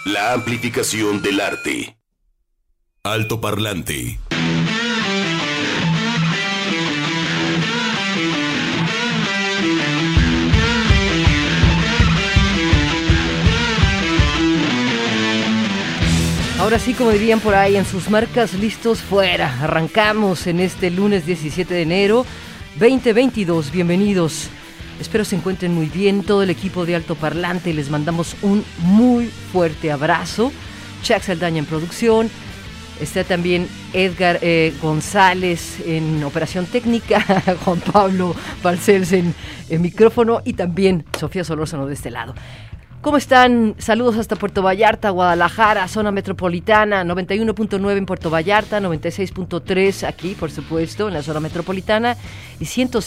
La amplificación del arte. Altoparlante. Ahora sí, como dirían por ahí, en sus marcas, listos, fuera. Arrancamos en este lunes 17 de enero 2022. Bienvenidos. Espero se encuentren muy bien. Todo el equipo de Altoparlante les mandamos un muy fuerte abrazo. Chuck Saldaña en producción. Está también Edgar González en operación técnica. Juan Pablo Balcells en micrófono. Y también Sofía Solórzano de este lado. ¿Cómo están? Saludos hasta Puerto Vallarta, Guadalajara, zona metropolitana, 91.9 en Puerto Vallarta, 96.3 aquí, por supuesto, en la zona metropolitana, y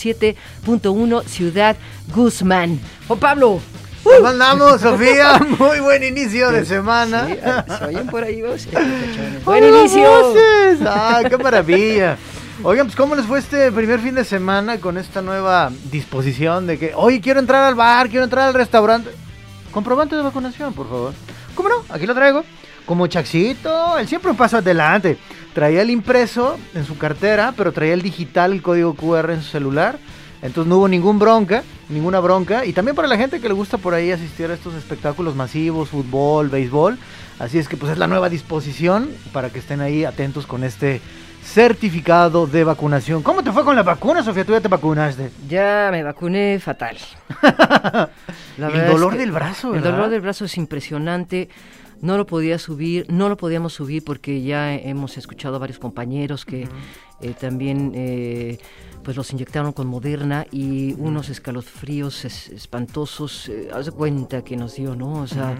107.1 Ciudad Guzmán. ¡Juan Pablo! ¿Cómo andamos, Sofía? Muy buen inicio de semana. Sí, se oyen por ahí voces. ¡Buen inicio! Voces. ¡Ay, qué maravilla! Oigan, pues ¿cómo les fue este primer fin de semana con esta nueva disposición de que, oye, quiero entrar al bar, quiero entrar al restaurante? Comprobante de vacunación, por favor. ¿Cómo no? Aquí lo traigo. Como Chaxito, él siempre un paso adelante. Traía el impreso en su cartera, pero traía el digital, el código QR en su celular. Entonces no hubo ninguna bronca. Y también para la gente que le gusta por ahí asistir a estos espectáculos masivos, fútbol, béisbol. Así es que pues es la nueva disposición para que estén ahí atentos con este certificado de vacunación. ¿Cómo te fue con la vacuna, Sofía? ¿Tú ya te vacunaste? Ya me vacuné fatal. El dolor del brazo, ¿verdad? El dolor del brazo es impresionante. No lo podíamos subir porque ya hemos escuchado a varios compañeros que también pues los inyectaron con Moderna y unos escalofríos espantosos. Haz de cuenta que nos dio, ¿no? O sea,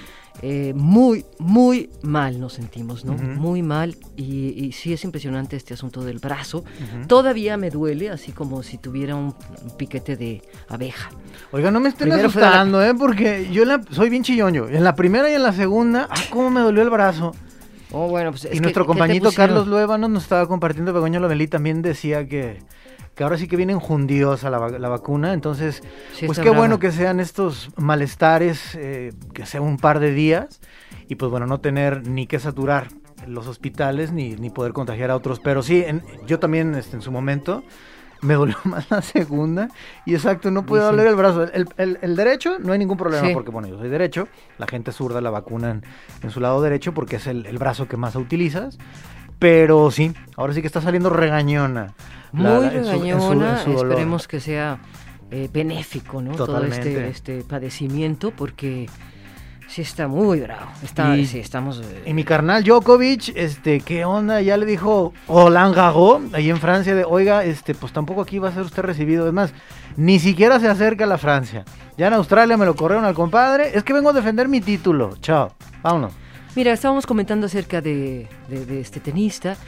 muy, muy mal nos sentimos, ¿no? Muy mal y sí es impresionante este asunto del brazo. Todavía me duele, así como si tuviera un piquete de abeja. Oiga, no me estén asustando, porque yo soy bien chillón yo. En la primera y en la segunda, cómo me dolió el brazo. Oh, bueno, pues y nuestro compañito Carlos Luevano nos estaba compartiendo, Begoña Lomelí también decía que ahora sí que viene enjundiosa la vacuna, entonces, sí, pues qué brava. Bueno que sean estos malestares, que sea un par de días, y pues bueno, no tener ni que saturar los hospitales, ni poder contagiar a otros, pero sí, yo también en su momento me dolió más la segunda, y exacto, no pude doler el brazo, el derecho no hay ningún problema, porque bueno, yo soy derecho, la gente zurda la vacuna en su lado derecho, porque es el brazo que más utilizas, pero sí, ahora sí que está saliendo regañona. Muy regañona, esperemos que sea benéfico, ¿no? Totalmente. Todo este padecimiento, porque sí está muy bravo. Estamos... Y mi carnal Djokovic, ¿qué onda? Ya le dijo Roland Garros, ahí en Francia, oiga, pues tampoco aquí va a ser usted recibido. Es más, ni siquiera se acerca a la Francia. Ya en Australia me lo corrieron al compadre. Es que vengo a defender mi título. Chao, vámonos. Mira, estábamos comentando acerca de este tenista.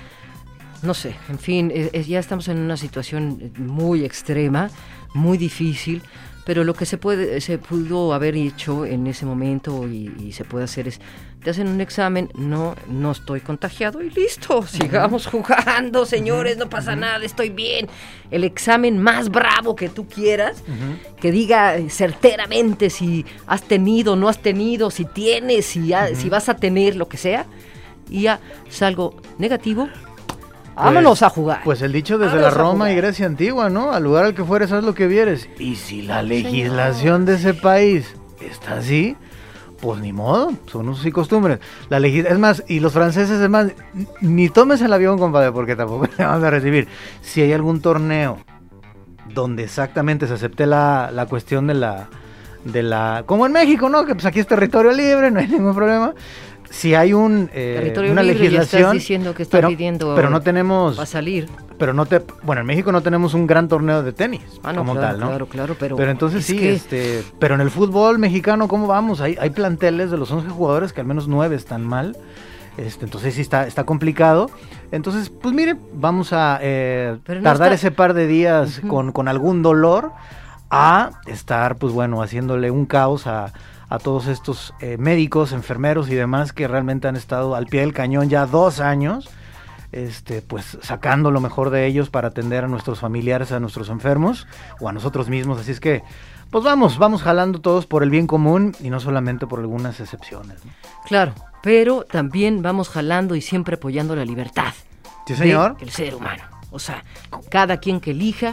No sé, en fin, ya estamos en una situación muy extrema, muy difícil, pero lo que se pudo haber hecho en ese momento y se puede hacer es, te hacen un examen, no estoy contagiado y listo, sigamos jugando, señores, no pasa nada, estoy bien. El examen más bravo que tú quieras, que diga certeramente si has tenido, no has tenido, si tienes, si vas a tener, lo que sea, y ya salgo negativo. Vámonos a jugar. Pues el dicho desde la Roma y Grecia antigua, ¿no? Al lugar al que fueres, haz lo que vieres. Y si la legislación de ese país está así, pues ni modo, son usos y costumbres. Es más, y los franceses, es más, ni tomes el avión, compadre, porque tampoco le vamos a recibir. Si hay algún torneo donde exactamente se acepte la cuestión de la... Como en México, ¿no? Que pues aquí es territorio libre, no hay ningún problema. Si hay una legislación, ya estás diciendo que está pidiendo, pero no tenemos, va a salir. Pero bueno, en México no tenemos un gran torneo de tenis, como claro, tal, ¿no? Claro, pero entonces sí, pero en el fútbol mexicano, ¿cómo vamos? Hay planteles de los 11 jugadores que al menos 9 están mal. Entonces sí está complicado. Entonces, pues mire, vamos a tardar ese par de días con algún dolor a estar, pues bueno, haciéndole un caos a todos estos médicos, enfermeros y demás que realmente han estado al pie del cañón ya 2 años, pues sacando lo mejor de ellos para atender a nuestros familiares, a nuestros enfermos o a nosotros mismos. Así es que, pues vamos jalando todos por el bien común y no solamente por algunas excepciones, ¿no? Claro, pero también vamos jalando y siempre apoyando la libertad. Sí, señor. Del ser humano. O sea, cada quien que elija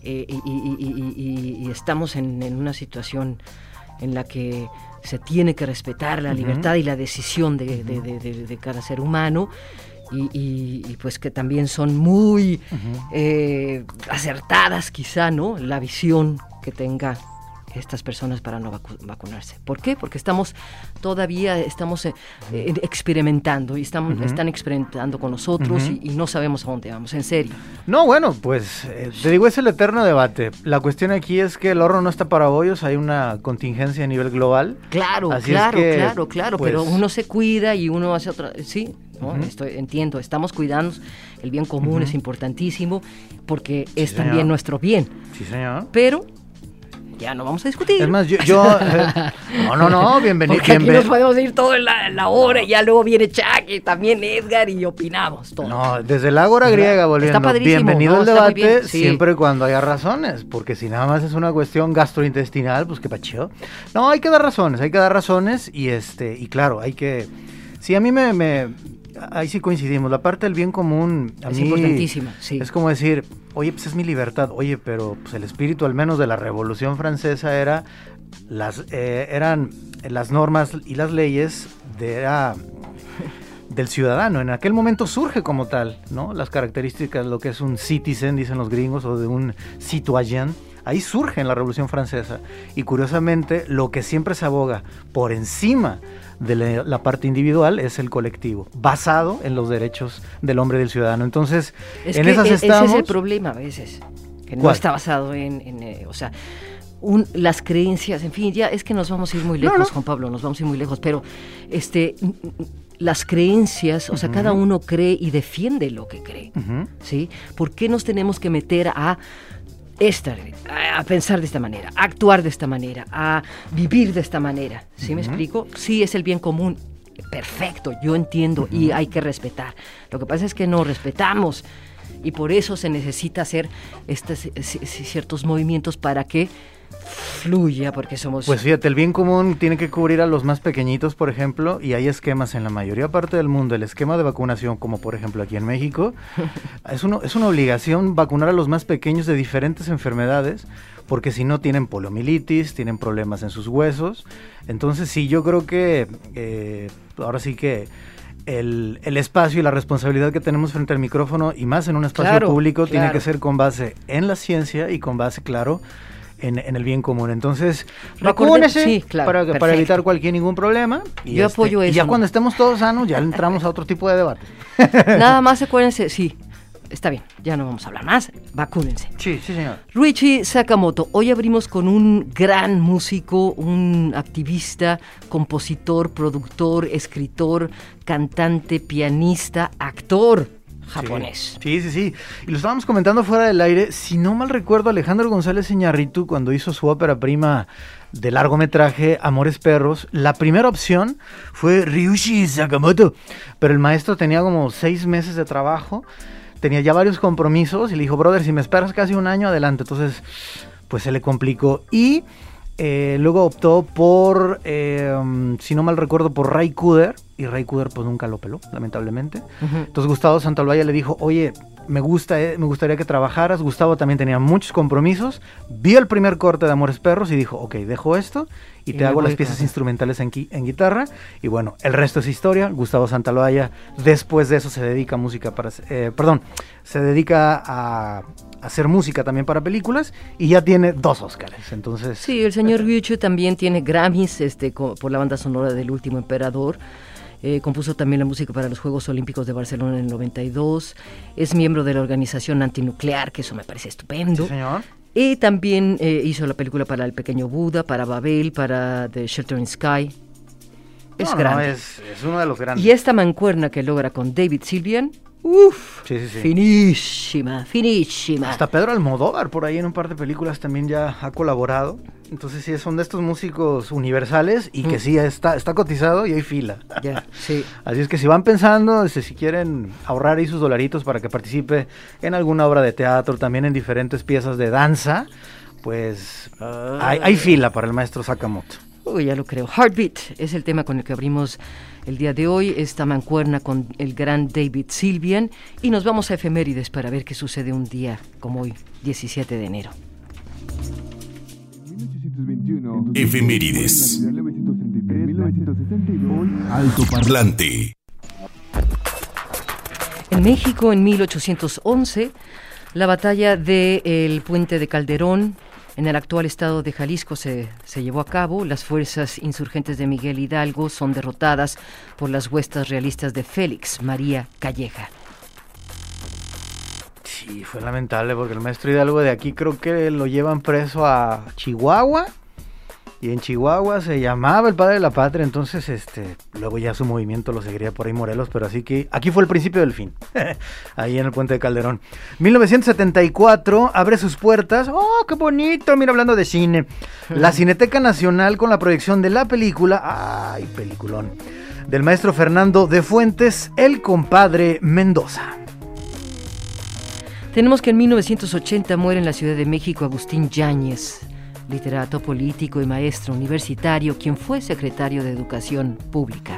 y estamos en una situación en la que se tiene que respetar la libertad y la decisión de cada ser humano. Y pues que también son muy acertadas quizá, ¿no? La visión que tenga estas personas para no vacunarse. ¿Por qué? Porque todavía estamos experimentando y están experimentando con nosotros y no sabemos a dónde vamos, en serio. No, bueno, pues te digo, es el eterno debate. La cuestión aquí es que el horno no está para bollos, hay una contingencia a nivel global. Claro, claro, pues, pero uno se cuida y uno hace otra, sí, ¿no? Entiendo, estamos cuidando, el bien común es importantísimo porque es también nuestro bien. Sí, señor. Pero ya no vamos a discutir. Es más, no, bienvenido. Porque aquí nos podemos ir toda la hora y ya luego viene Chuck y también Edgar y opinamos todo. No, desde la ágora griega volviendo. Está padrísimo. Bienvenido al debate bien, sí. Siempre y cuando haya razones, porque si nada más es una cuestión gastrointestinal, pues qué pacho. No, hay que dar razones y claro, hay que... Sí, a mí ahí sí coincidimos. La parte del bien común a es mí importantísima, sí. Es como decir, oye, pues es mi libertad. Oye, pero pues el espíritu al menos de la Revolución Francesa eran las normas y las leyes del ciudadano. En aquel momento surge como tal, ¿no? Las características de lo que es un citizen, dicen los gringos, o de un citoyen. Ahí surge en la Revolución Francesa. Y curiosamente, lo que siempre se aboga por encima de la parte individual es el colectivo, basado en los derechos del hombre y del ciudadano. Entonces, en esas estamos... Ese es el problema a veces, que no ¿Cuál? está basado las creencias, en fin, ya es que nos vamos a ir muy lejos, Juan Pablo, nos vamos a ir muy lejos, pero las creencias, o sea, cada uno cree y defiende lo que cree, ¿sí? ¿Por qué nos tenemos que meter a pensar de esta manera, a actuar de esta manera, a vivir de esta manera? ¿Sí me explico? Sí, es el bien común. Perfecto, yo entiendo y hay que respetar. Lo que pasa es que no respetamos y por eso se necesita hacer ciertos movimientos para que fluya, porque somos... Pues fíjate, el bien común tiene que cubrir a los más pequeñitos, por ejemplo, y hay esquemas en la mayoría parte del mundo. El esquema de vacunación, como por ejemplo aquí en México, es una obligación vacunar a los más pequeños de diferentes enfermedades, porque si no tienen poliomielitis, tienen problemas en sus huesos. Entonces sí, yo creo que ahora sí que el espacio y la responsabilidad que tenemos frente al micrófono, y más en un espacio público, tiene que ser con base en la ciencia y con base, claro, en el bien común. Entonces, vacúnese para evitar ningún problema. Y yo apoyo eso. Y ya cuando estemos todos sanos, ya entramos a otro tipo de debate. Nada más acuérdense, sí, está bien, ya no vamos a hablar más, vacúnense. Sí, señor. Ryuichi Sakamoto, hoy abrimos con un gran músico, un activista, compositor, productor, escritor, cantante, pianista, actor japonés. Sí. Y lo estábamos comentando fuera del aire. Si no mal recuerdo, Alejandro González Iñárritu, cuando hizo su ópera prima de largometraje Amores Perros, la primera opción fue Ryuichi Sakamoto, pero el maestro tenía como 6 meses de trabajo, tenía ya varios compromisos y le dijo, brother, si me esperas casi un año, adelante. Entonces, pues se le complicó y luego optó por, si no mal recuerdo, por Ray Cooder, y Ray Cooder pues nunca lo peló, lamentablemente. Entonces Gustavo Santaolalla le dijo, oye, me gustaría que trabajaras. Gustavo también tenía muchos compromisos, vio el primer corte de Amores Perros y dijo, ok, dejo esto y te hago las piezas instrumentales en guitarra, y bueno, el resto es historia. Gustavo Santaolalla después de eso se dedica a hacer música también para películas y ya tiene 2 Óscares. Entonces, sí, el señor Ryuichi también tiene Grammys por la banda sonora del Último Emperador. Compuso también la música para los Juegos Olímpicos de Barcelona en el 92. Es miembro de la organización antinuclear, que eso me parece estupendo. Sí, señor. Y también hizo la película para El Pequeño Buda, para Babel, para The Sheltering Sky. Es grande. Es uno de los grandes. Y esta mancuerna que logra con David Sylvian, ¡uf! Sí. Finísima. Hasta Pedro Almodóvar por ahí en un par de películas también ya ha colaborado. Entonces sí, son de estos músicos universales y que sí está cotizado y hay fila. Ya, sí. Así es que si van pensando, si quieren ahorrar ahí sus dolaritos para que participe en alguna obra de teatro, también en diferentes piezas de danza, pues hay fila para el maestro Sakamoto. Uy, ya lo creo. Heartbeat es el tema con el que abrimos el día de hoy, esta mancuerna con el gran David Sylvian, y nos vamos a efemérides para ver qué sucede un día como hoy, 17 de enero. Efemérides. Altoparlante. En México, en 1811, la batalla del Puente de Calderón, en el actual estado de Jalisco, se llevó a cabo. Las fuerzas insurgentes de Miguel Hidalgo son derrotadas por las huestes realistas de Félix María Calleja. Sí, fue lamentable porque el maestro Hidalgo de aquí creo que lo llevan preso a Chihuahua. Y en Chihuahua se llamaba el padre de la patria, entonces luego ya su movimiento lo seguiría por ahí Morelos, pero así que aquí fue el principio del fin, ahí en el Puente de Calderón. 1974 abre sus puertas, ¡oh, qué bonito! Mira, hablando de cine, la Cineteca Nacional con la proyección de la película, ¡ay, peliculón!, del maestro Fernando de Fuentes, El compadre Mendoza. Tenemos que en 1980 muere en la Ciudad de México Agustín Yáñez, literato, político y maestro universitario, quien fue secretario de Educación Pública.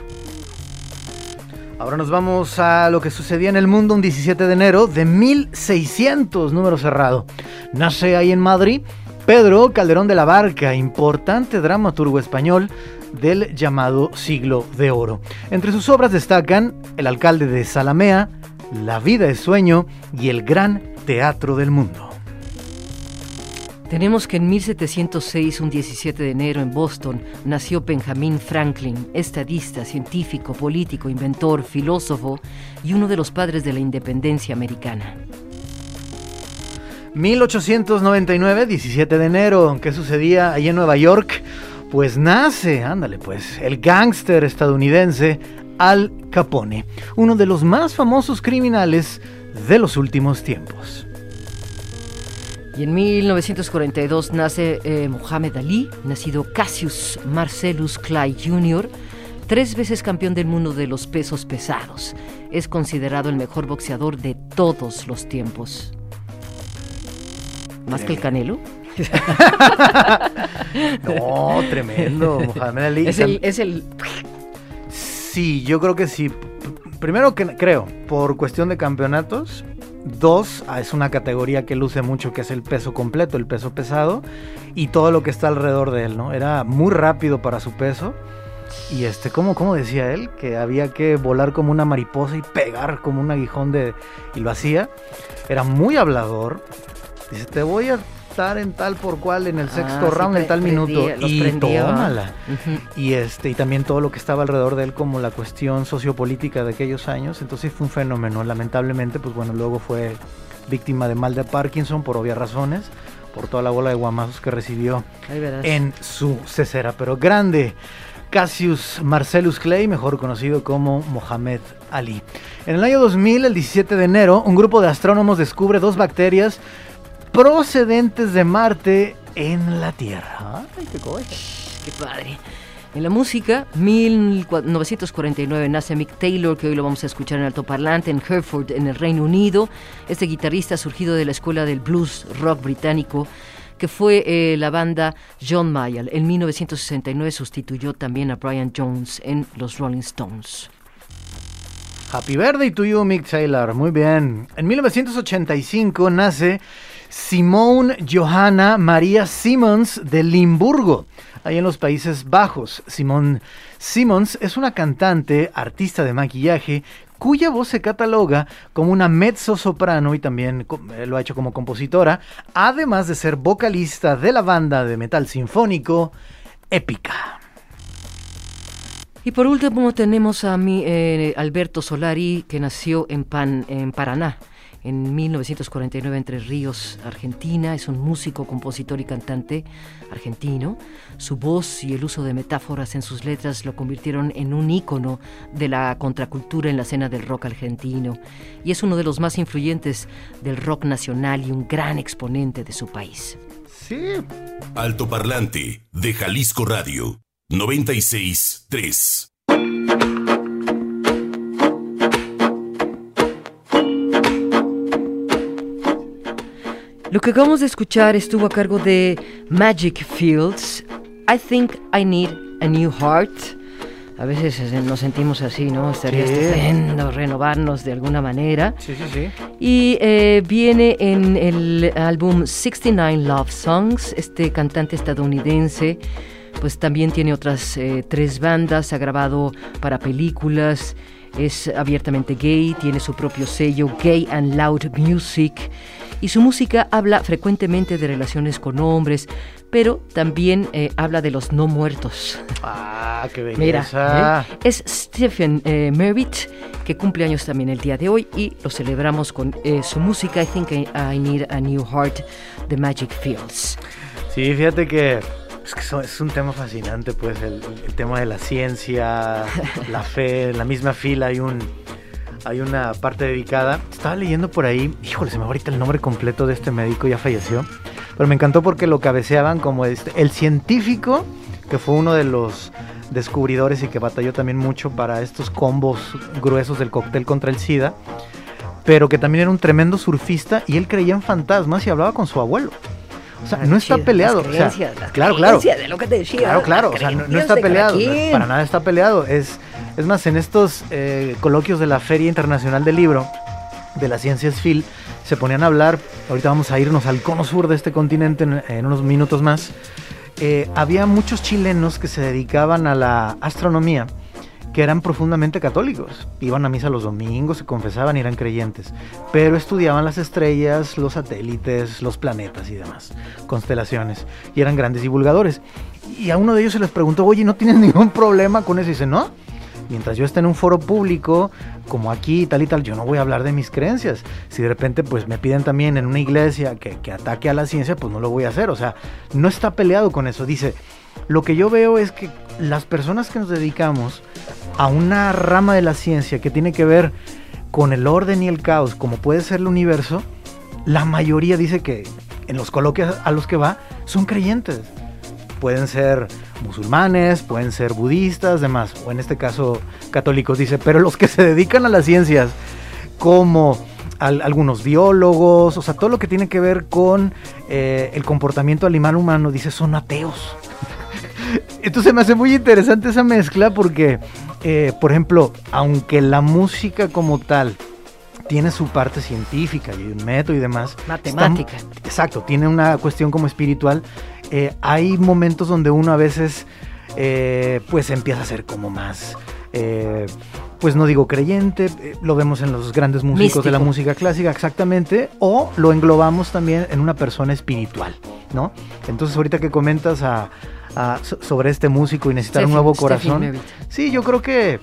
Ahora nos vamos a lo que sucedía en el mundo un 17 de enero de 1600, número cerrado. Nace ahí en Madrid Pedro Calderón de la Barca, importante dramaturgo español del llamado Siglo de Oro. Entre sus obras destacan El alcalde de Zalamea, La vida es sueño y El gran teatro del mundo. Tenemos que en 1706, un 17 de enero, en Boston, nació Benjamin Franklin, estadista, científico, político, inventor, filósofo y uno de los padres de la independencia americana. 1899, 17 de enero, ¿qué sucedía ahí en Nueva York? Pues nace, el gángster estadounidense Al Capone, uno de los más famosos criminales de los últimos tiempos. Y en 1942 nace Muhammad Ali, nacido Cassius Marcellus Clay Jr., 3 veces campeón del mundo de los pesos pesados. Es considerado el mejor boxeador de todos los tiempos. ¿Más que el Canelo? No, tremendo, Muhammad Ali. Es el... Sí, yo creo que sí. Primero que creo, por cuestión de campeonatos. 2, es una categoría que luce mucho, que es el peso completo, el peso pesado, y todo lo que está alrededor de él, ¿no? Era muy rápido para su peso, y ¿cómo decía él? Que había que volar como una mariposa y pegar como un aguijón y lo hacía. Era muy hablador. Dice, te voy a estar en tal por cual en el sexto round, en tal minuto, y tómala. Uh-huh. Y también todo lo que estaba alrededor de él, como la cuestión sociopolítica de aquellos años. Entonces fue un fenómeno. Lamentablemente, pues bueno, luego fue víctima de mal de Parkinson por obvias razones, por toda la bola de guamazos que recibió en su cesera. Pero grande, Cassius Marcellus Clay, mejor conocido como Muhammad Ali. En el año 2000, el 17 de enero, un grupo de astrónomos descubre 2 bacterias procedentes de Marte en la Tierra. ¡Ay, qué cosa! ¡Qué padre! En la música, 1949 nace Mick Taylor, que hoy lo vamos a escuchar en altoparlante, en Hereford, en el Reino Unido. Este guitarrista surgido de la escuela del blues rock británico, que fue la banda John Mayall. En 1969 sustituyó también a Brian Jones en los Rolling Stones. Happy birthday to you, Mick Taylor. Muy bien. En 1985 nace Simone Johanna Maria Simons de Limburgo, ahí en los Países Bajos. Simone Simons es una cantante, artista de maquillaje, cuya voz se cataloga como una mezzosoprano y también lo ha hecho como compositora, además de ser vocalista de la banda de metal sinfónico Épica. Y por último tenemos a Alberto Solari, que nació en Paraná. En 1949, Entre Ríos, Argentina. Es un músico, compositor y cantante argentino. Su voz y el uso de metáforas en sus letras lo convirtieron en un ícono de la contracultura en la escena del rock argentino. Y es uno de los más influyentes del rock nacional y un gran exponente de su país. Sí. Altoparlante de Jalisco Radio 96.3. Lo que acabamos de escuchar estuvo a cargo de Magic Fields. I think I need a new heart. A veces nos sentimos así, ¿no? Estaría estupendo renovarnos de alguna manera. Sí, sí, sí. Y viene en el álbum 69 Love Songs. Este cantante estadounidense pues también tiene otras 3 bandas, ha grabado para películas, es abiertamente gay, tiene su propio sello Gay and Loud Music, y su música habla frecuentemente de relaciones con hombres, pero también habla de los no muertos. ¡Ah, qué belleza! Mira, es Stephen Merritt, que cumple años también el día de hoy, y lo celebramos con su música I Think I Need a New Heart, de Magic Fields. Sí, fíjate que es un tema fascinante, pues, el tema de la ciencia, la fe. En la misma fila hay una parte dedicada. Estaba leyendo por ahí, híjole, se me va ahorita el nombre completo de este médico, ya falleció, pero me encantó porque lo cabeceaban como el científico que fue uno de los descubridores y que batalló también mucho para estos combos gruesos del cóctel contra el SIDA, pero que también era un tremendo surfista y él creía en fantasmas y hablaba con su abuelo. O sea, no está peleado. Claro. De lo que te decía. Claro. O sea, no está peleado. Para nada está peleado. Es más, en estos coloquios de la Feria Internacional del Libro de las Ciencias Phil, se ponían a hablar. Ahorita vamos a irnos al cono sur de este continente en unos minutos más. Había muchos chilenos que se dedicaban a la astronomía, que eran profundamente católicos. Iban a misa los domingos, se confesaban y eran creyentes, pero estudiaban las estrellas, los satélites, los planetas y demás, constelaciones, y eran grandes divulgadores. Y a uno de ellos se les preguntó, oye, ¿no tienes ningún problema con eso? Y dice, no, mientras yo esté en un foro público, como aquí y tal, yo no voy a hablar de mis creencias. Si de repente pues me piden también en una iglesia que ataque a la ciencia, pues no lo voy a hacer. O sea, no está peleado con eso. Dice, lo que yo veo es que las personas que nos dedicamos a una rama de la ciencia que tiene que ver con el orden y el caos, como puede ser el universo, la mayoría dice que en los coloquios a los que va son creyentes. Pueden ser musulmanes, pueden ser budistas, demás, o en este caso católicos, dice, pero los que se dedican a las ciencias, como algunos biólogos, o sea, todo lo que tiene que ver con el comportamiento animal humano, dice, son ateos. Entonces me hace muy interesante esa mezcla porque, por ejemplo, aunque la música como tal tiene su parte científica y un método y demás, matemática. Exacto, tiene una cuestión como espiritual. Hay momentos donde uno a veces pues empieza a ser como más, pues no digo creyente, lo vemos en los grandes músicos místico de la música clásica, exactamente, o lo englobamos también en una persona espiritual, ¿no? Entonces ahorita que comentas sobre este músico y necesitar un nuevo corazón, sí, yo creo que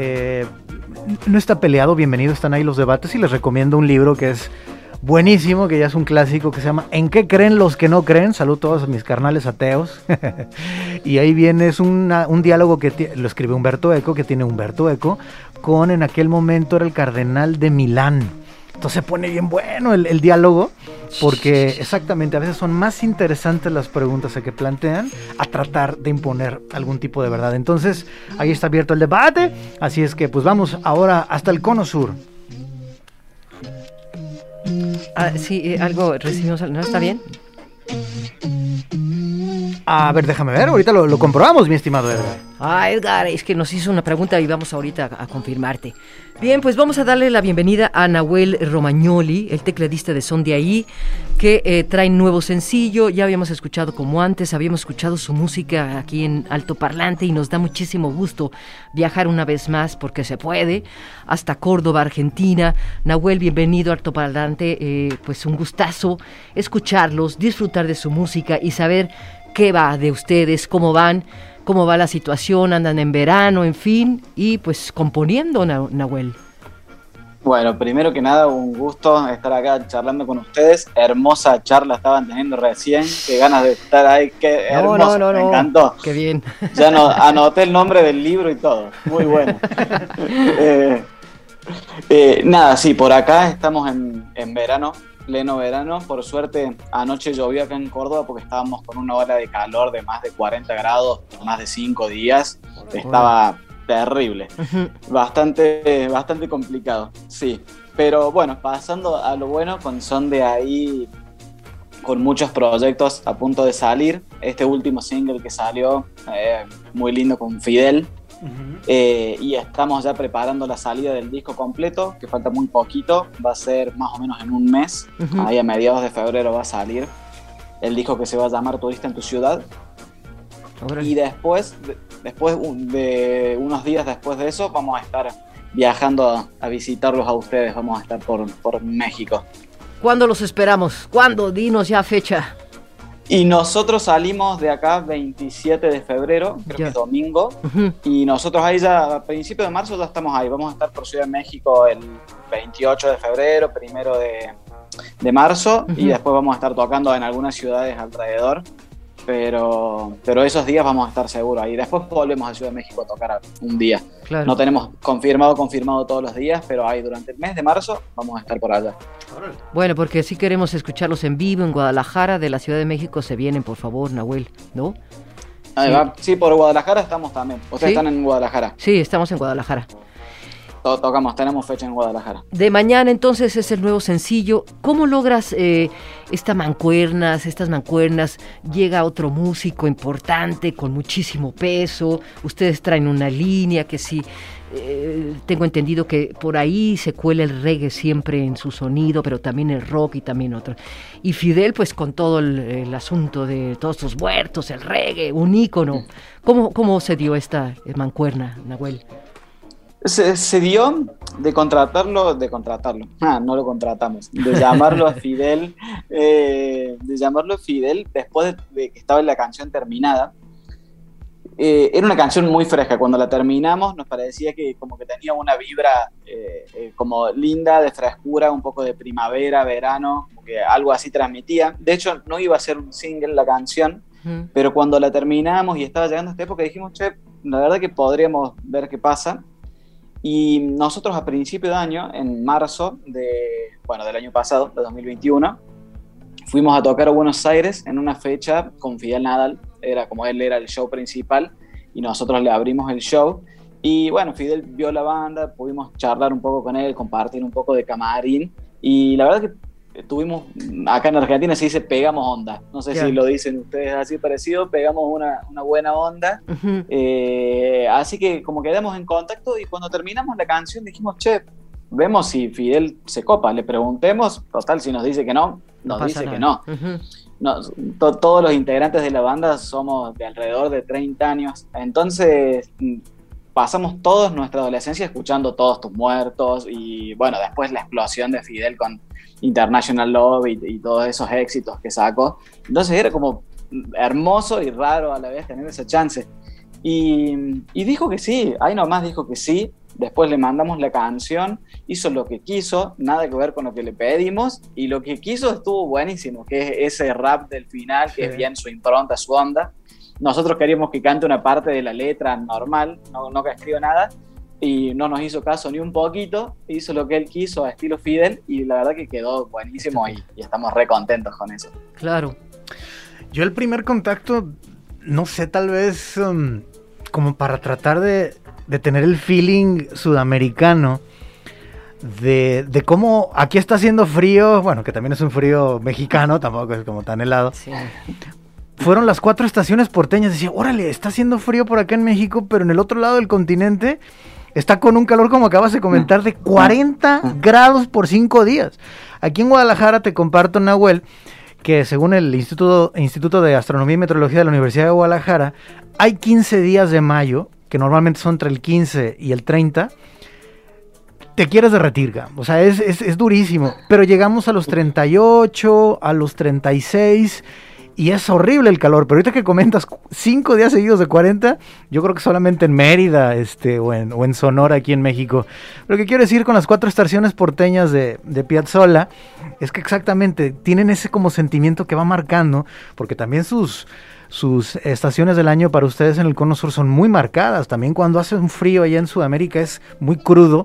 no está peleado, bienvenido, están ahí los debates, y les recomiendo un libro que es buenísimo, que ya es un clásico, que se llama ¿En qué creen los que no creen? Salud a todos mis carnales ateos. Y ahí viene, es un diálogo que lo escribe Umberto Eco, que tiene Umberto Eco con, en aquel momento era el cardenal de Milán. Entonces se pone bien bueno el diálogo, porque exactamente a veces son más interesantes las preguntas que plantean a tratar de imponer algún tipo de verdad. Entonces ahí está abierto el debate, así es que pues vamos ahora hasta el cono sur. Sí, algo recibimos, ¿no está bien? A ver, déjame ver, ahorita lo comprobamos, mi estimado Edgar. Edgar, es que nos hizo una pregunta y vamos ahorita a confirmarte. Bien, pues vamos a darle la bienvenida a Nahuel Romagnoli, el tecladista de Son de Ahí, que trae nuevo sencillo. Ya habíamos escuchado como antes, habíamos escuchado su música aquí en Alto Parlante y nos da muchísimo gusto viajar una vez más, porque se puede, hasta Córdoba, Argentina. Nahuel, bienvenido a Alto Parlante, pues un gustazo escucharlos, disfrutar de su música y saber qué va de ustedes, cómo va la situación, andan en verano, en fin, y pues componiendo, Nahuel. Bueno, primero que nada, un gusto estar acá charlando con ustedes. Hermosa charla estaban teniendo recién, qué ganas de estar ahí, qué hermoso, me encantó. Qué bien. Ya anoté el nombre del libro y todo, muy bueno. Nada, sí, por acá estamos en verano, pleno verano. Por suerte anoche llovió acá en Córdoba porque estábamos con una ola de calor de más de 40 grados, más de 5 días. Estaba terrible, bastante complicado, sí. Pero bueno, pasando a lo bueno, con Son de Ahí con muchos proyectos a punto de salir. Este último single que salió, muy lindo, con Fidel. Y estamos ya preparando la salida del disco completo, que falta muy poquito, va a ser más o menos en un mes. Ahí a mediados de febrero va a salir el disco que se va a llamar Turista en tu ciudad. Y después de unos días después de eso vamos a estar viajando a visitarlos a ustedes, vamos a estar por México. ¿Cuándo los esperamos? ¿Cuándo? Dinos ya fecha. Y nosotros salimos de acá 27 de febrero, creo que es domingo, y nosotros ahí ya a principios de marzo ya estamos ahí. Vamos a estar por Ciudad de México el 28 de febrero, 1 de marzo, y después vamos a estar tocando en algunas ciudades alrededor, pero esos días vamos a estar seguros ahí. Después volvemos a Ciudad de México a tocar un día. Claro. No tenemos confirmado todos los días, pero ahí durante el mes de marzo vamos a estar por allá. Bueno, porque sí queremos escucharlos en vivo en Guadalajara. De la Ciudad de México se vienen, por favor, Nahuel, ¿no? Ahí va. Sí, por Guadalajara estamos también. ¿Ustedes están en Guadalajara? Sí, estamos en Guadalajara. Tenemos fecha en Guadalajara. De mañana entonces es el nuevo sencillo. ¿Cómo logras estas mancuernas? Llega otro músico importante con muchísimo peso. Ustedes traen una línea que sí, tengo entendido que por ahí se cuela el reggae siempre en su sonido, pero también el rock y también otro. Y Fidel pues con todo el asunto de todos sus muertos, el reggae, un ícono. ¿Cómo se dio esta mancuerna, Nahuel? Se dio de contratarlo, no lo contratamos, de llamarlo a Fidel, después de que estaba la canción terminada. Era una canción muy fresca, cuando la terminamos nos parecía que como que tenía una vibra como linda, de frescura, un poco de primavera, verano, como que algo así transmitía. De hecho no iba a ser un single la canción, pero cuando la terminamos y estaba llegando a esta época dijimos, la verdad que podríamos ver qué pasa. Y nosotros a principio de año, en marzo del año pasado, de 2021, fuimos a tocar a Buenos Aires en una fecha con Fidel Nadal. Él era el show principal y nosotros le abrimos el show. Y bueno, Fidel vio la banda, pudimos charlar un poco con él, compartir un poco de camarín. Y la verdad que tuvimos, acá en Argentina se dice pegamos onda, no sé si lo dicen ustedes así parecido, pegamos una buena onda, así que como quedamos en contacto y cuando terminamos la canción dijimos, vemos si Fidel se copa, le preguntemos, total si nos dice que no, nos dice nada. Que no. Todos los integrantes de la banda somos de alrededor de 30 años, entonces pasamos toda nuestra adolescencia escuchando Todos tus muertos y bueno, después la explosión de Fidel con International Love y todos esos éxitos que sacó. Entonces era como hermoso y raro a la vez tener esa chance. Y dijo que sí, ahí nomás dijo que sí. Después le mandamos la canción, hizo lo que quiso, nada que ver con lo que le pedimos, y lo que quiso estuvo buenísimo, que es ese rap del final, que es bien su impronta, su onda. Nosotros queríamos que cante una parte de la letra normal, no que escriba nada, y no nos hizo caso ni un poquito, hizo lo que él quiso a estilo Fidel, y la verdad que quedó buenísimo y estamos re contentos con eso. Claro. Yo el primer contacto, no sé, tal vez como para tratar de tener el feeling sudamericano de cómo aquí está haciendo frío, bueno, que también es un frío mexicano, tampoco es como tan helado. Sí. Fueron las 4 estaciones porteñas, decía, órale, está haciendo frío por acá en México, pero en el otro lado del continente está con un calor, como acabas de comentar, de 40 grados por 5 días. Aquí en Guadalajara, te comparto, Nahuel, que según el Instituto de Astronomía y Meteorología de la Universidad de Guadalajara, hay 15 días de mayo, que normalmente son entre el 15 y el 30, te quieres derretir, o sea, es durísimo, pero llegamos a los 38, a los 36, y es horrible el calor, pero ahorita que comentas 5 días seguidos de 40, yo creo que solamente en Mérida o en Sonora aquí en México. Lo que quiero decir con las 4 estaciones porteñas de Piazzolla es que exactamente tienen ese como sentimiento que va marcando, porque también sus estaciones del año para ustedes en el Cono Sur son muy marcadas. También cuando hace un frío allá en Sudamérica es muy crudo.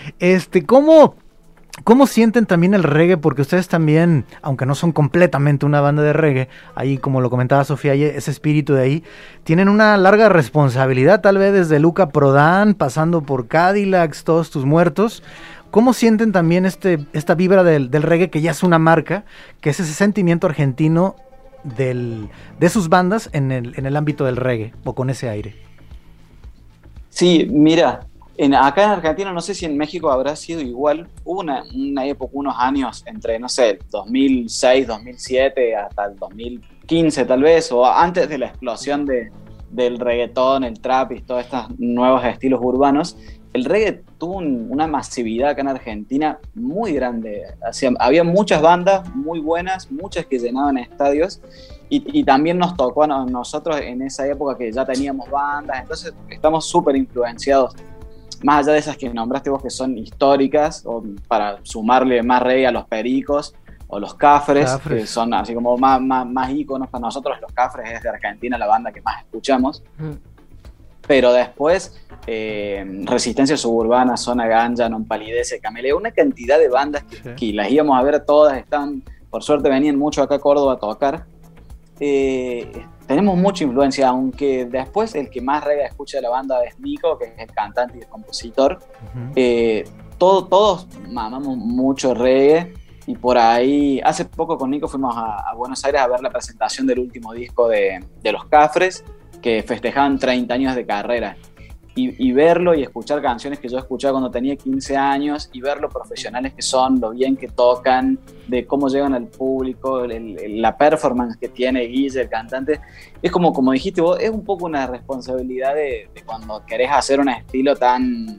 ¿Cómo sienten también el reggae? Porque ustedes también, aunque no son completamente una banda de reggae, ahí como lo comentaba Sofía, ese espíritu de ahí, tienen una larga responsabilidad, tal vez desde Luca Prodan, pasando por Cadillacs, Todos tus muertos, ¿cómo sienten también esta vibra del reggae, que ya es una marca, que es ese sentimiento argentino de sus bandas en el ámbito del reggae, o con ese aire? Sí, mira, acá en Argentina, no sé si en México habrá sido igual, hubo una época, unos años, entre, no sé, 2006, 2007 hasta el 2015 tal vez, o antes de la explosión del reggaetón, el trap y todos estos nuevos estilos urbanos, el reggae tuvo una masividad acá en Argentina muy grande. Había muchas bandas muy buenas, muchas que llenaban estadios, y también nos tocó a nosotros en esa época que ya teníamos bandas, entonces estamos súper influenciados, más allá de esas que nombraste vos que son históricas, o para sumarle más reggae a los Pericos o los Cafres, que son así como más íconos para nosotros. Los Cafres es de Argentina la banda que más escuchamos. Pero después, Resistencia Suburbana, Zona Ganja, Non Palidece, Camelea, una cantidad de bandas que las íbamos a ver todas, por suerte venían mucho acá a Córdoba a tocar. Tenemos mucha influencia, aunque después el que más reggae escucha de la banda es Nico, que es el cantante y el compositor. Todos mamamos mucho reggae, y por ahí, hace poco con Nico fuimos a Buenos Aires a ver la presentación del último disco de los Cafres, que festejaban 30 años de carrera, y verlo y escuchar canciones que yo escuchaba cuando tenía 15 años, y ver lo profesionales que son, lo bien que tocan, de cómo llegan al público, la performance que tiene Guille, el cantante, es como dijiste vos, es un poco una responsabilidad de cuando querés hacer un estilo tan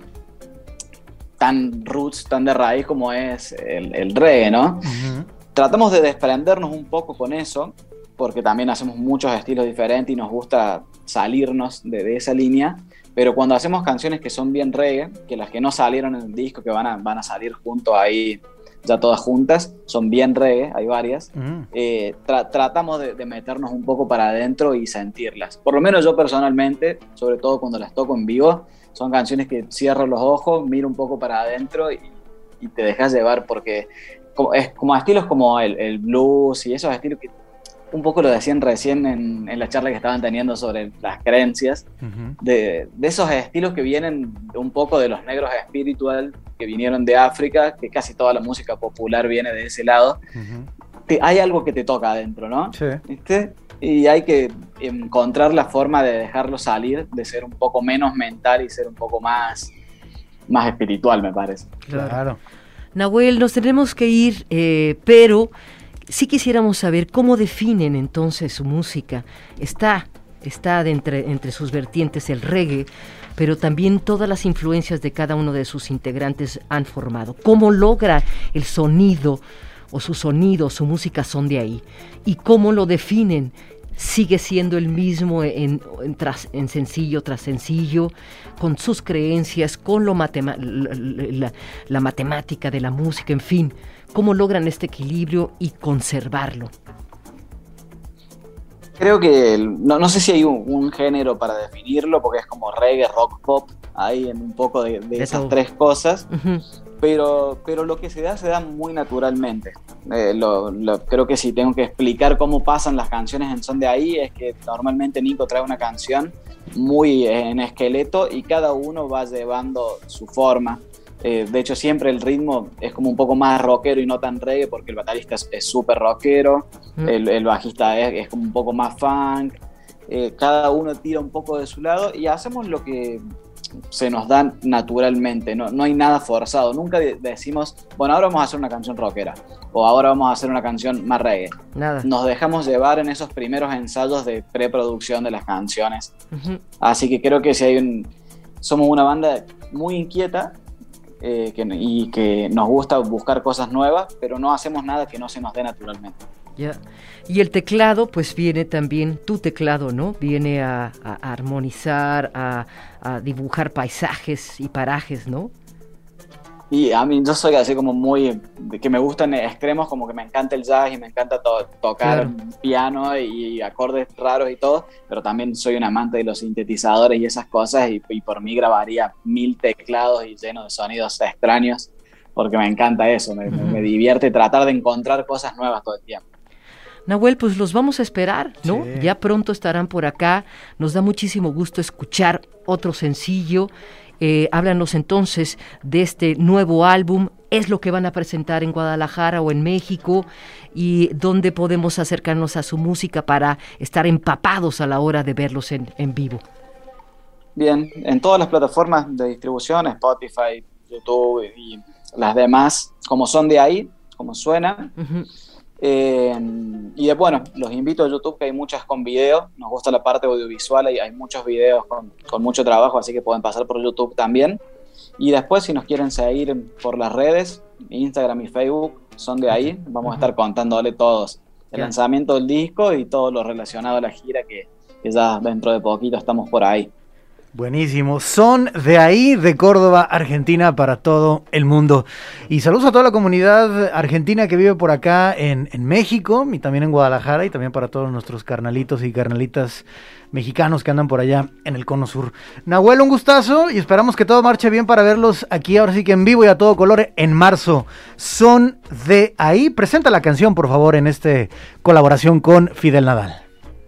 roots, tan de raíz como es el reggae, ¿no? Tratamos de desprendernos un poco con eso, porque también hacemos muchos estilos diferentes y nos gusta salirnos de esa línea, pero cuando hacemos canciones que son bien reggae, que las que no salieron en el disco, que van a salir junto ahí, ya todas juntas, son bien reggae, hay varias, tratamos de meternos un poco para adentro y sentirlas. Por lo menos yo personalmente, sobre todo cuando las toco en vivo, son canciones que cierro los ojos, miro un poco para adentro y te dejas llevar, porque es como estilos como el blues y esos estilos que un poco lo decían recién en la charla que estaban teniendo sobre las creencias, de esos estilos que vienen un poco de los negros espiritual, que vinieron de África, que casi toda la música popular viene de ese lado. Hay algo que te toca adentro, ¿no? Sí. ¿Viste? Y hay que encontrar la forma de dejarlo salir, de ser un poco menos mental y ser un poco más espiritual, me parece. Claro. Nahuel, nos tenemos que ir, pero sí quisiéramos saber cómo definen entonces su música. Está entre sus vertientes el reggae, pero también todas las influencias de cada uno de sus integrantes han formado. ¿Cómo logra el sonido o su sonido, su música son de ahí? ¿Y cómo lo definen? ¿Sigue siendo el mismo en sencillo tras sencillo, con sus creencias, con la matemática de la música, en fin? ¿Cómo logran este equilibrio y conservarlo? Creo que no sé si hay un género para definirlo, porque es como reggae, rock, pop, hay en un poco de esas tres cosas. Pero lo que se da muy naturalmente. Creo que si tengo que explicar cómo pasan las canciones en Son de Ahí, es que normalmente Nico trae una canción muy en esqueleto y cada uno va llevando su forma. De hecho, siempre el ritmo es como un poco más rockero y no tan reggae, porque el baterista es súper rockero, el bajista es como un poco más funk, cada uno tira un poco de su lado y hacemos lo que se nos da naturalmente, no hay nada forzado. Nunca decimos, bueno, ahora vamos a hacer una canción rockera o ahora vamos a hacer una canción más reggae. Nada. Nos dejamos llevar en esos primeros ensayos de preproducción de las canciones. Así que creo que somos una banda muy inquieta y que nos gusta buscar cosas nuevas, pero no hacemos nada que no se nos dé naturalmente. Ya. Y el teclado, pues viene también, tu teclado, ¿no? Viene a armonizar, a dibujar paisajes y parajes, ¿no? Y a mí, yo soy así como muy, que me gustan extremos, como que me encanta el jazz y me encanta tocar piano y acordes raros y todo, pero también soy un amante de los sintetizadores y esas cosas, y por mí grabaría 1000 teclados y lleno de sonidos extraños, porque me encanta eso, me divierte tratar de encontrar cosas nuevas todo el tiempo. Nahuel, pues los vamos a esperar, ¿no? Sí. Ya pronto estarán por acá. Nos da muchísimo gusto escuchar otro sencillo Háblanos entonces de este nuevo álbum. ¿Es lo que van a presentar en Guadalajara o en México? ¿Y dónde podemos acercarnos a su música para estar empapados a la hora de verlos en vivo? Bien, en todas las plataformas de distribución, Spotify, YouTube y las demás, como son de ahí, como suena. Uh-huh. Y bueno, los invito a YouTube, que hay muchas con video. Nos gusta la parte audiovisual, hay muchos videos con mucho trabajo, así que pueden pasar por YouTube también. Y después, si nos quieren seguir por las redes, Instagram y Facebook, son de ahí. Vamos a estar contándole todos el lanzamiento del disco y todo lo relacionado a la gira, que ya dentro de poquito estamos por ahí. Buenísimo, son de ahí, de Córdoba, Argentina, para todo el mundo. Y saludos a toda la comunidad argentina que vive por acá en México y también en Guadalajara, y también para todos nuestros carnalitos y carnalitas mexicanos que andan por allá en el Cono Sur. Nahuel, un gustazo y esperamos que todo marche bien para verlos aquí ahora sí que en vivo y a todo color en marzo. Son de ahí. Presenta la canción, por favor, en esta colaboración con Fidel Nadal.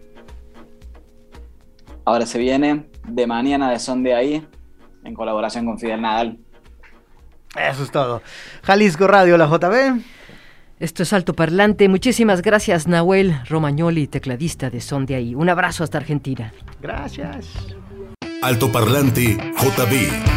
Ahora se viene De Mañana, de Son de Ahí, en colaboración con Fidel Nadal. Eso es todo. Jalisco Radio, la JB. Esto es Alto Parlante. Muchísimas gracias, Nahuel Romagnoli, tecladista de Son de Ahí. Un abrazo hasta Argentina. Gracias. Alto Parlante JB.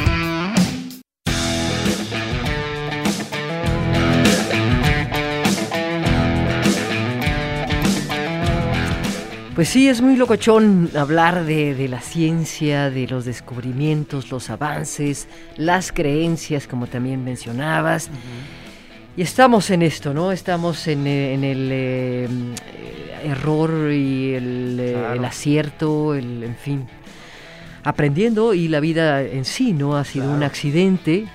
Pues sí, es muy locochón hablar de la ciencia, de los descubrimientos, los avances, las creencias, como también mencionabas. Uh-huh. Y estamos en esto, ¿no? Estamos en el error y el acierto, en fin, aprendiendo, y la vida en sí, ¿no? Ha sido un accidente,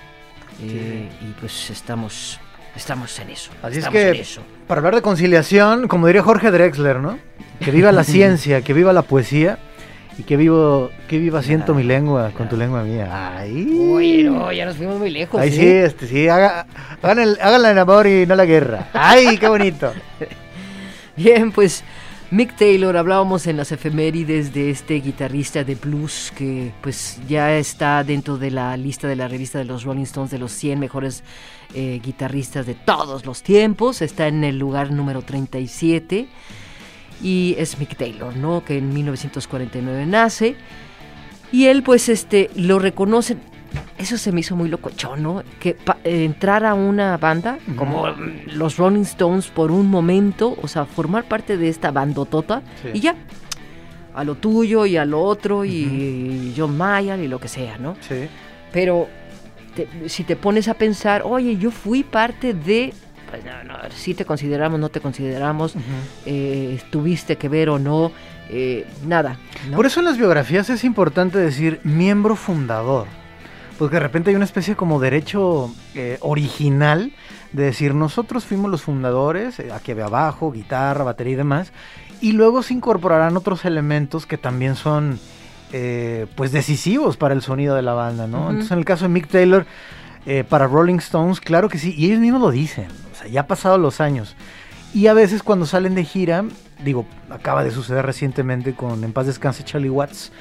y pues estamos en eso. Así es que, para hablar de conciliación, como diría Jorge Drexler, ¿no? Que viva la ciencia, que viva la poesía y que viva siento mi lengua con tu lengua mía. Ay. Uy, no, ya nos fuimos muy lejos. Ay, sí, hagan el amor y no la guerra. Ay, qué bonito. Bien, pues Mick Taylor, hablábamos en las efemérides de este guitarrista de blues que pues ya está dentro de la lista de la revista de los Rolling Stones de los 100 mejores guitarristas de todos los tiempos. Está en el lugar número 37 y es Mick Taylor, ¿no? Que en 1949 nace y él pues lo reconoce. Eso se me hizo muy locochón, ¿no? Que entrar a una banda como los Rolling Stones por un momento, o sea, formar parte de esta bandotota, y ya, a lo tuyo y a lo otro, y John Mayer y lo que sea, ¿no? Sí. Pero si te pones a pensar, oye, yo fui parte de, pues no, si te consideramos, no te consideramos, tuviste que ver o no, nada, ¿no? Por eso en las biografías es importante decir miembro fundador. Porque de repente hay una especie como derecho original de decir nosotros fuimos los fundadores, aquí había bajo, guitarra, batería y demás, y luego se incorporarán otros elementos que también son pues decisivos para el sonido de la banda, ¿no? Entonces en el caso de Mick Taylor, para Rolling Stones, claro que sí, y ellos mismos lo dicen, o sea, ya han pasado los años, y a veces cuando salen de gira, digo, acaba de suceder recientemente con En Paz Descanse Charlie Watts,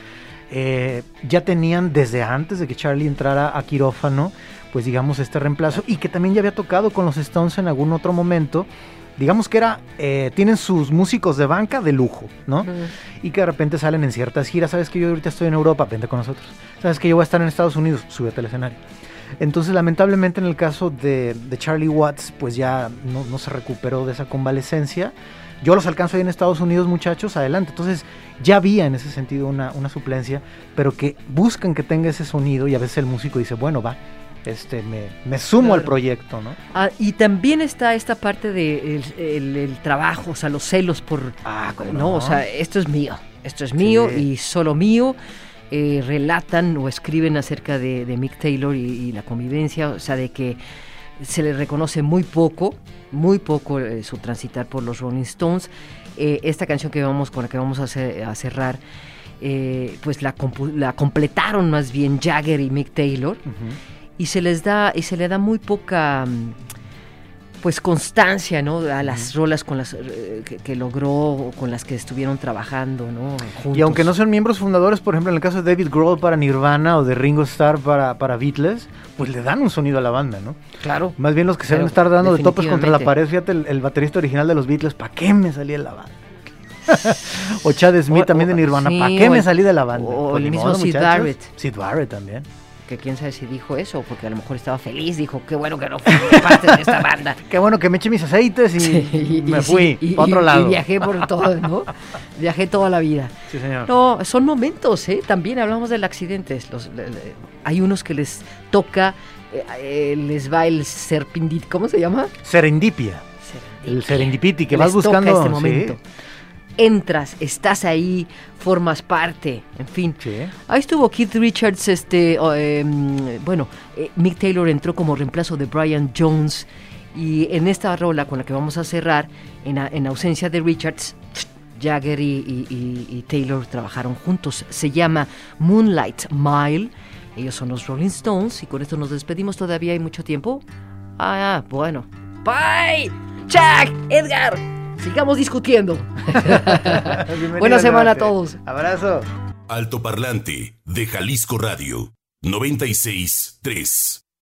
ya tenían desde antes de que Charlie entrara a quirófano, pues digamos este reemplazo, y que también ya había tocado con los Stones en algún otro momento, digamos que era, tienen sus músicos de banca de lujo, ¿no? Y que de repente salen en ciertas giras, sabes que yo ahorita estoy en Europa, vente con nosotros, sabes que yo voy a estar en Estados Unidos, súbete al escenario. Entonces lamentablemente en el caso de Charlie Watts, pues ya no se recuperó de esa convalecencia. Yo los alcanzo ahí en Estados Unidos, muchachos, adelante. Entonces ya había en ese sentido una suplencia, pero que buscan que tenga ese sonido, y a veces el músico dice, bueno, va, me sumo al proyecto, ¿no? Y también está esta parte de el trabajo, o sea, los celos por, ¿no? O sea, esto es mío y solo mío. Relatan o escriben acerca de Mick Taylor y la convivencia, o sea, de que se le reconoce muy poco su transitar por los Rolling Stones. Esta canción con la que vamos a cerrar, pues la completaron más bien Jagger y Mick Taylor, y se le da muy poca pues constancia, ¿no? A las rolas con las que logró, con las que estuvieron trabajando, ¿no? Juntos. Y aunque no son miembros fundadores, por ejemplo, en el caso de David Grohl para Nirvana o de Ringo Starr para Beatles, pues le dan un sonido a la banda, ¿no? Claro. Más bien los que se van a estar dando de topes contra la pared, fíjate, el baterista original de los Beatles, ¿para qué me salí de la banda? O Chad Smith también de Nirvana, sí, ¿para qué me salí de la banda? O Pues el ni mismo modo, Syd muchachos. Barrett. Syd Barrett también. Que quién sabe si dijo eso, porque a lo mejor estaba feliz, dijo, qué bueno que no fui parte de esta banda. Qué bueno que me eché mis aceites y Sí, me fui para otro lado. Y viajé por todo, ¿no? Viajé toda la vida. Sí, señor. No, son momentos, ¿eh? También hablamos del accidente. Hay unos que les toca, les va el serpindit, ¿cómo se llama? Serendipia. El serendipity que Les vas buscando. toca este momento. Sí. Entras, estás ahí, formas parte, en fin. Sí. Ahí estuvo Keith Richards, Mick Taylor entró como reemplazo de Brian Jones y en esta rola con la que vamos a cerrar, en ausencia de Richards, Jagger y Taylor trabajaron juntos. Se llama Moonlight Mile. Ellos son los Rolling Stones y con esto nos despedimos. Todavía hay mucho tiempo. Bueno. Bye, Chuck, Edgar. Sigamos discutiendo. Buena semana a todos. Abrazo. Altoparlante de Jalisco Radio 96.3.